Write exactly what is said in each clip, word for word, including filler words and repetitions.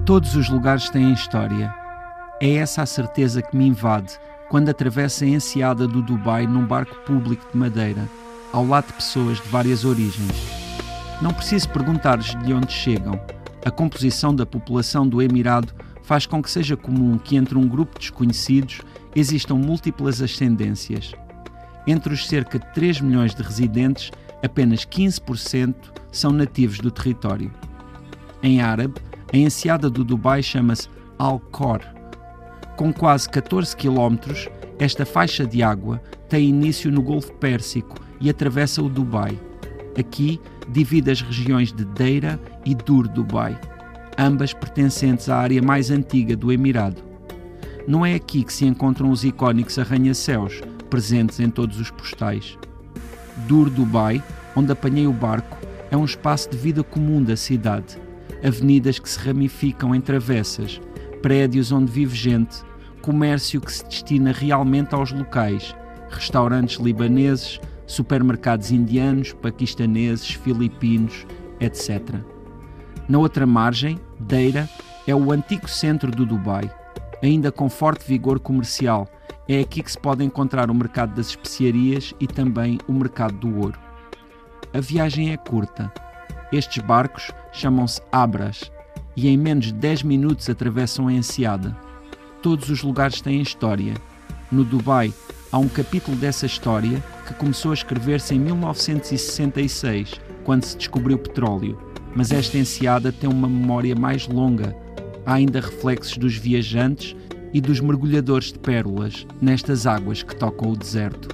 Todos os lugares têm história. É essa a certeza que me invade quando atravesso a enseada do Dubai num barco público de madeira, ao lado de pessoas de várias origens. Não preciso perguntar-lhes de onde chegam. A composição da população do Emirado faz com que seja comum que entre um grupo de desconhecidos existam múltiplas ascendências. Entre os cerca de três milhões de residentes, apenas quinze por cento são nativos do território. Em árabe, a enseada do Dubai chama-se Al-Khor. Com quase catorze quilómetros, esta faixa de água tem início no Golfo Pérsico e atravessa o Dubai. Aqui divide as regiões de Deira e Dur Dubai, ambas pertencentes à área mais antiga do Emirado. Não é aqui que se encontram os icónicos arranha-céus, presentes em todos os postais. Dur Dubai, onde apanhei o barco, é um espaço de vida comum da cidade. Avenidas que se ramificam em travessas, prédios onde vive gente, comércio que se destina realmente aos locais, restaurantes libaneses, supermercados indianos, paquistaneses, filipinos, etcétera. Na outra margem, Deira, é o antigo centro do Dubai, ainda com forte vigor comercial. É aqui que se pode encontrar o mercado das especiarias e também o mercado do ouro. A viagem é curta. Estes barcos chamam-se Abras e em menos de dez minutos atravessam a enseada. Todos os lugares têm história. No Dubai há um capítulo dessa história que começou a escrever-se em mil novecentos e sessenta e seis, quando se descobriu petróleo. Mas esta enseada tem uma memória mais longa. Há ainda reflexos dos viajantes e dos mergulhadores de pérolas nestas águas que tocam o deserto.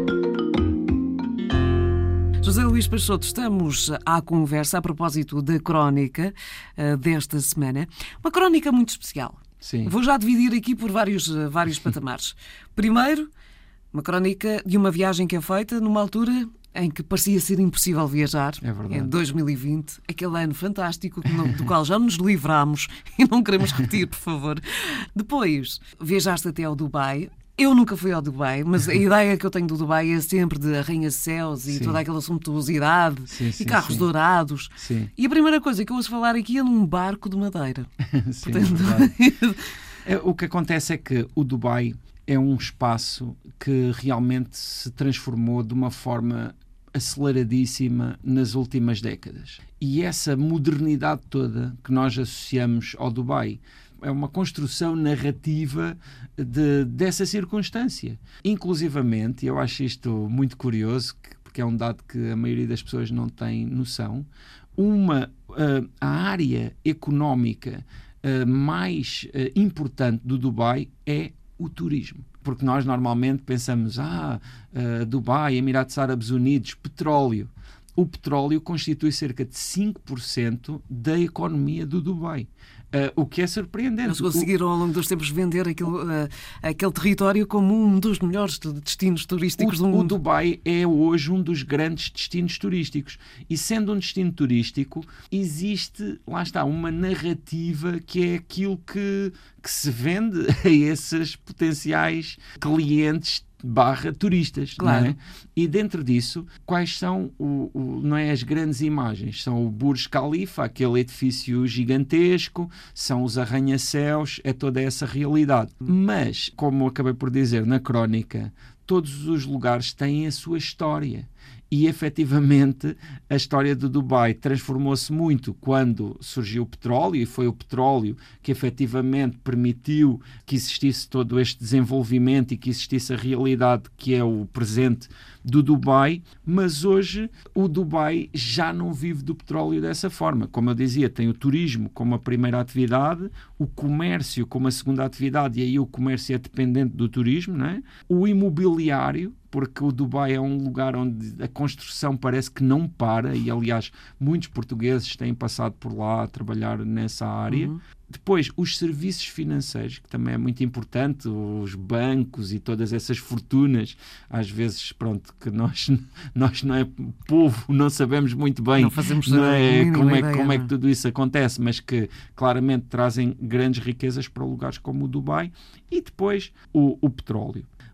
José Luís Peixoto, estamos à conversa a propósito da crónica uh, desta semana. Uma crónica muito especial. Sim. Vou já dividir aqui por vários, uh, vários patamares. Primeiro, uma crónica de uma viagem que é feita numa altura em que parecia ser impossível viajar. É verdade. Em dois mil e vinte, aquele ano fantástico do qual já nos livrámos e não queremos repetir, por favor. Depois, viajaste até ao Dubai. Eu nunca fui ao Dubai, mas a ideia que eu tenho do Dubai é sempre de arranha-céus e sim, toda aquela suntuosidade sim, sim, e carros sim. dourados. Sim. E a primeira coisa que eu ouço falar aqui é num barco de madeira. Sim, Portanto... é, o que acontece é que o Dubai é um espaço que realmente se transformou de uma forma aceleradíssima nas últimas décadas. E essa modernidade toda que nós associamos ao Dubai é uma construção narrativa de, dessa circunstância. Inclusivamente, eu acho isto muito curioso, porque é um dado que a maioria das pessoas não tem noção, uma, uh, a área económica uh, mais uh, importante do Dubai é o turismo. Porque nós normalmente pensamos, ah, uh, Dubai, Emirados Árabes Unidos, petróleo. O petróleo constitui cerca de cinco por cento da economia do Dubai. Uh, o que é surpreendente. Eles conseguiram ao longo dos tempos vender aquele, uh, aquele território como um dos melhores destinos turísticos o, do mundo. O Dubai é hoje um dos grandes destinos turísticos. E sendo um destino turístico, existe, lá está, uma narrativa que é aquilo que, que se vende a esses potenciais clientes barra turistas, claro. Não é? E dentro disso, quais são o, o, não é, as grandes imagens? São o Burj Khalifa, aquele edifício gigantesco, são os arranha-céus, é toda essa realidade. Mas, como acabei por dizer na crónica, todos os lugares têm a sua história. E, efetivamente, a história do Dubai transformou-se muito quando surgiu o petróleo, e foi o petróleo que, efetivamente, permitiu que existisse todo este desenvolvimento e que existisse a realidade que é o presente do Dubai. Mas hoje o Dubai já não vive do petróleo dessa forma. Como eu dizia, tem o turismo como a primeira atividade, o comércio como a segunda atividade, e aí o comércio é dependente do turismo, não é? O imobiliário, porque o Dubai é um lugar onde a construção parece que não para, e aliás muitos portugueses têm passado por lá a trabalhar nessa área. Uhum. Depois, os serviços financeiros, que também é muito importante, os bancos e todas essas fortunas, às vezes, pronto, que nós, nós não é povo, não sabemos muito bem não fazemos não é, como, é, ideia, como é que não. tudo isso acontece, mas que claramente trazem grandes riquezas para lugares como o Dubai. E depois, o, o petróleo.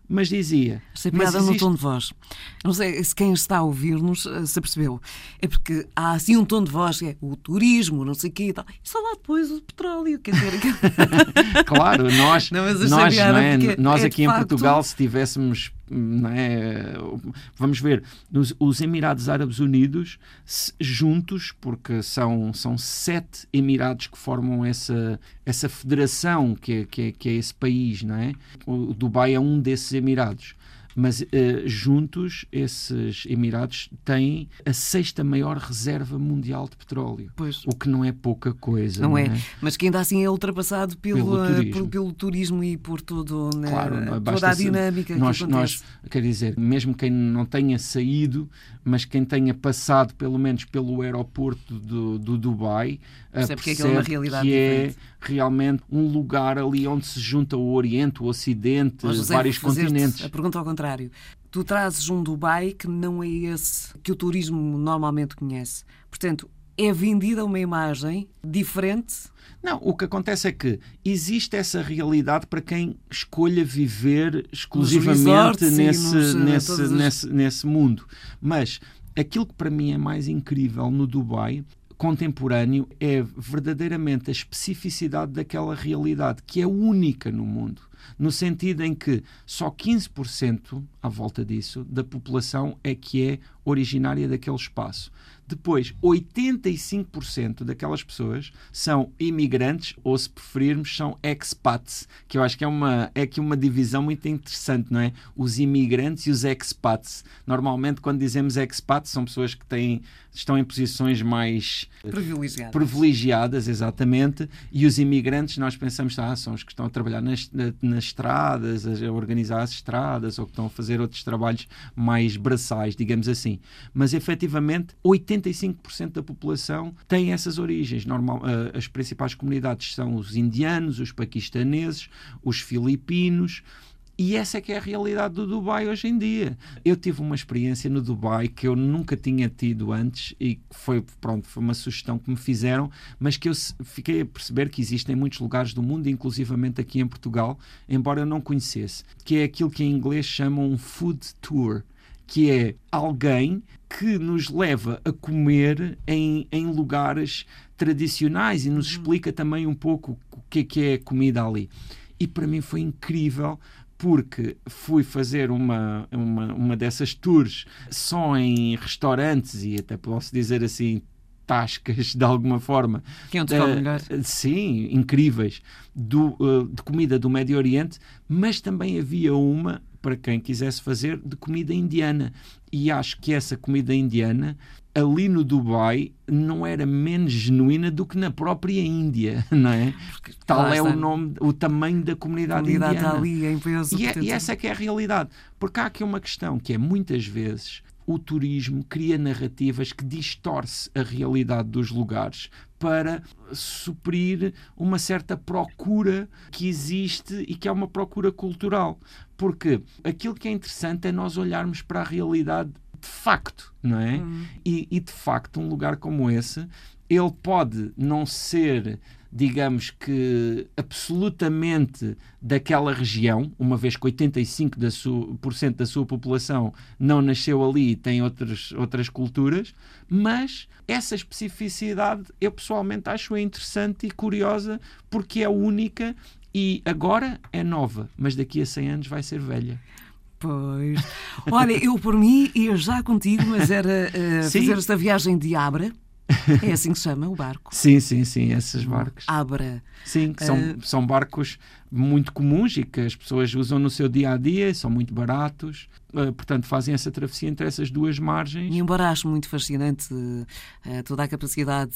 mas dizia... Esta piada existe... no tom de voz. Não sei se quem está a ouvir-nos se apercebeu. É porque há assim um tom de voz que é o turismo, não sei o quê e tal. E só lá depois o petróleo. Quer dizer... Claro, nós, não, nós, não é, nós é aqui em facto... Portugal, se tivéssemos... Não é? Vamos ver, nos, os Emirados Árabes Unidos se, juntos, porque são, são sete Emirados que formam essa, essa federação que é, que, é, que é esse país, não é? O Dubai é um desses Emirados. Mas uh, juntos, esses Emirados têm a sexta maior reserva mundial de petróleo. Pois. O que não é pouca coisa. Não, não é. é, mas que ainda assim é ultrapassado pelo, pelo, turismo. Pelo, pelo turismo e por todo, né, claro, toda a dinâmica nós, que acontece. Nós, quer dizer, mesmo quem não tenha saído, mas quem tenha passado pelo menos pelo aeroporto do, do Dubai, percebe, percebe que é uma realidade que é diferente. Realmente um lugar ali onde se junta o Oriente, o Ocidente, Mas, José, vários continentes. A pergunta ao contrário. Tu trazes um Dubai que não é esse que o turismo normalmente conhece. Portanto, é vendida uma imagem diferente? Não, o que acontece é que existe essa realidade para quem escolha viver exclusivamente nesse, nos, nesse, as... nesse, nesse mundo. Mas aquilo que para mim é mais incrível no Dubai contemporâneo é verdadeiramente a especificidade daquela realidade, que é única no mundo. No sentido em que só quinze por cento, à volta disso, da população é que é originária daquele espaço. Depois, oitenta e cinco por cento daquelas pessoas são imigrantes, ou se preferirmos, são expats, que eu acho que é, uma, é aqui uma divisão muito interessante, não é? Os imigrantes e os expats. Normalmente, quando dizemos expats, são pessoas que têm, estão em posições mais privilegiadas, privilegiadas exatamente, e os imigrantes, nós pensamos, ah, são os que estão a trabalhar nas, nas estradas, a organizar as estradas, ou que estão a fazer outros trabalhos mais braçais, digamos assim. Mas, efetivamente, oitenta e cinco por cento da população tem essas origens. Normal, uh, as principais comunidades são os indianos, os paquistaneses, os filipinos, e essa é que é a realidade do Dubai hoje em dia. Eu tive uma experiência no Dubai que eu nunca tinha tido antes e que foi, pronto, foi uma sugestão que me fizeram, mas que eu fiquei a perceber que existem muitos lugares do mundo, inclusivamente aqui em Portugal, embora eu não conhecesse, que é aquilo que em inglês chamam um food tour, que é alguém que nos leva a comer em, em lugares tradicionais e nos explica também um pouco o que é que é a comida ali. E para mim foi incrível, porque fui fazer uma, uma, uma dessas tours só em restaurantes e até posso dizer assim, tascas de alguma forma. Que é onde se come uh, melhor. Sim, incríveis, do, uh, de comida do Médio Oriente, mas também havia uma para quem quisesse fazer de comida indiana. E acho que essa comida indiana, ali no Dubai, não era menos genuína do que na própria Índia, não é? Porque tal é o nome, o tamanho da comunidade, comunidade indiana. Ali é em peso, e, é, portanto... e essa é que é a realidade. Porque há aqui uma questão que é, muitas vezes, o turismo cria narrativas que distorce a realidade dos lugares para suprir uma certa procura que existe e que é uma procura cultural. Porque aquilo que é interessante é nós olharmos para a realidade de facto, não é? Hum. E, e, de facto, um lugar como esse, ele pode não ser, digamos que, absolutamente daquela região, uma vez que oitenta e cinco por cento da sua população não nasceu ali e tem outras, outras culturas, mas essa especificidade eu pessoalmente acho interessante e curiosa, porque é única e agora é nova, mas daqui a cem anos vai ser velha. Pois. Olha, eu por mim ia já contigo, mas era uh, fazer esta viagem de Abra. É assim que se chama o barco? Sim, sim, sim, esses barcos. Abra. Sim, que são, uh... são barcos muito comuns e que as pessoas usam no seu dia-a-dia, são muito baratos, uh, portanto fazem essa travessia entre essas duas margens. E embora acho muito fascinante uh, toda a capacidade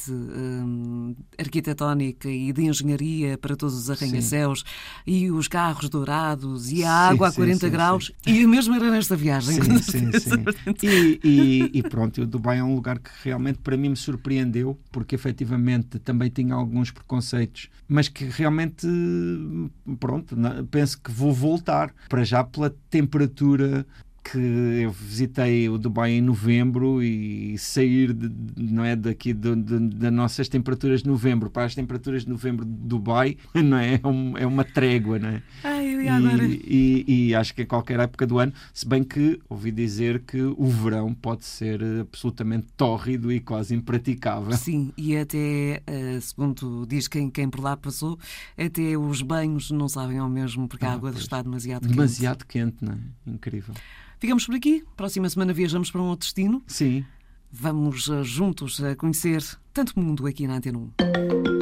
uh, arquitetónica e de engenharia para todos os arranha-céus e os carros dourados e a água sim, a quarenta sim, graus, sim. E mesmo era nesta viagem. Sim, sim, sim. E, e, e pronto, o Dubai é um lugar que realmente para mim me surpreendeu, porque efetivamente também tinha alguns preconceitos, mas que realmente, pronto, penso que vou voltar, para já pela temperatura que eu visitei o Dubai em novembro e sair de, não é, daqui de, de, das nossas temperaturas de novembro para as temperaturas de novembro de Dubai, não é? É, um, é uma trégua, não é? Ai, Ah, eu ia agora. E, e, e acho que em qualquer época do ano, se bem que ouvi dizer que o verão pode ser absolutamente tórrido e quase impraticável. Sim, e até, segundo diz quem, quem por lá passou, até os banhos não sabem ao mesmo, porque a Ah, água pois. está demasiado quente. Demasiado quente, não é? Incrível. Ficamos por aqui. Próxima semana viajamos para um outro destino. Sim. Vamos uh, juntos uh, conhecer tanto mundo aqui na Antena um.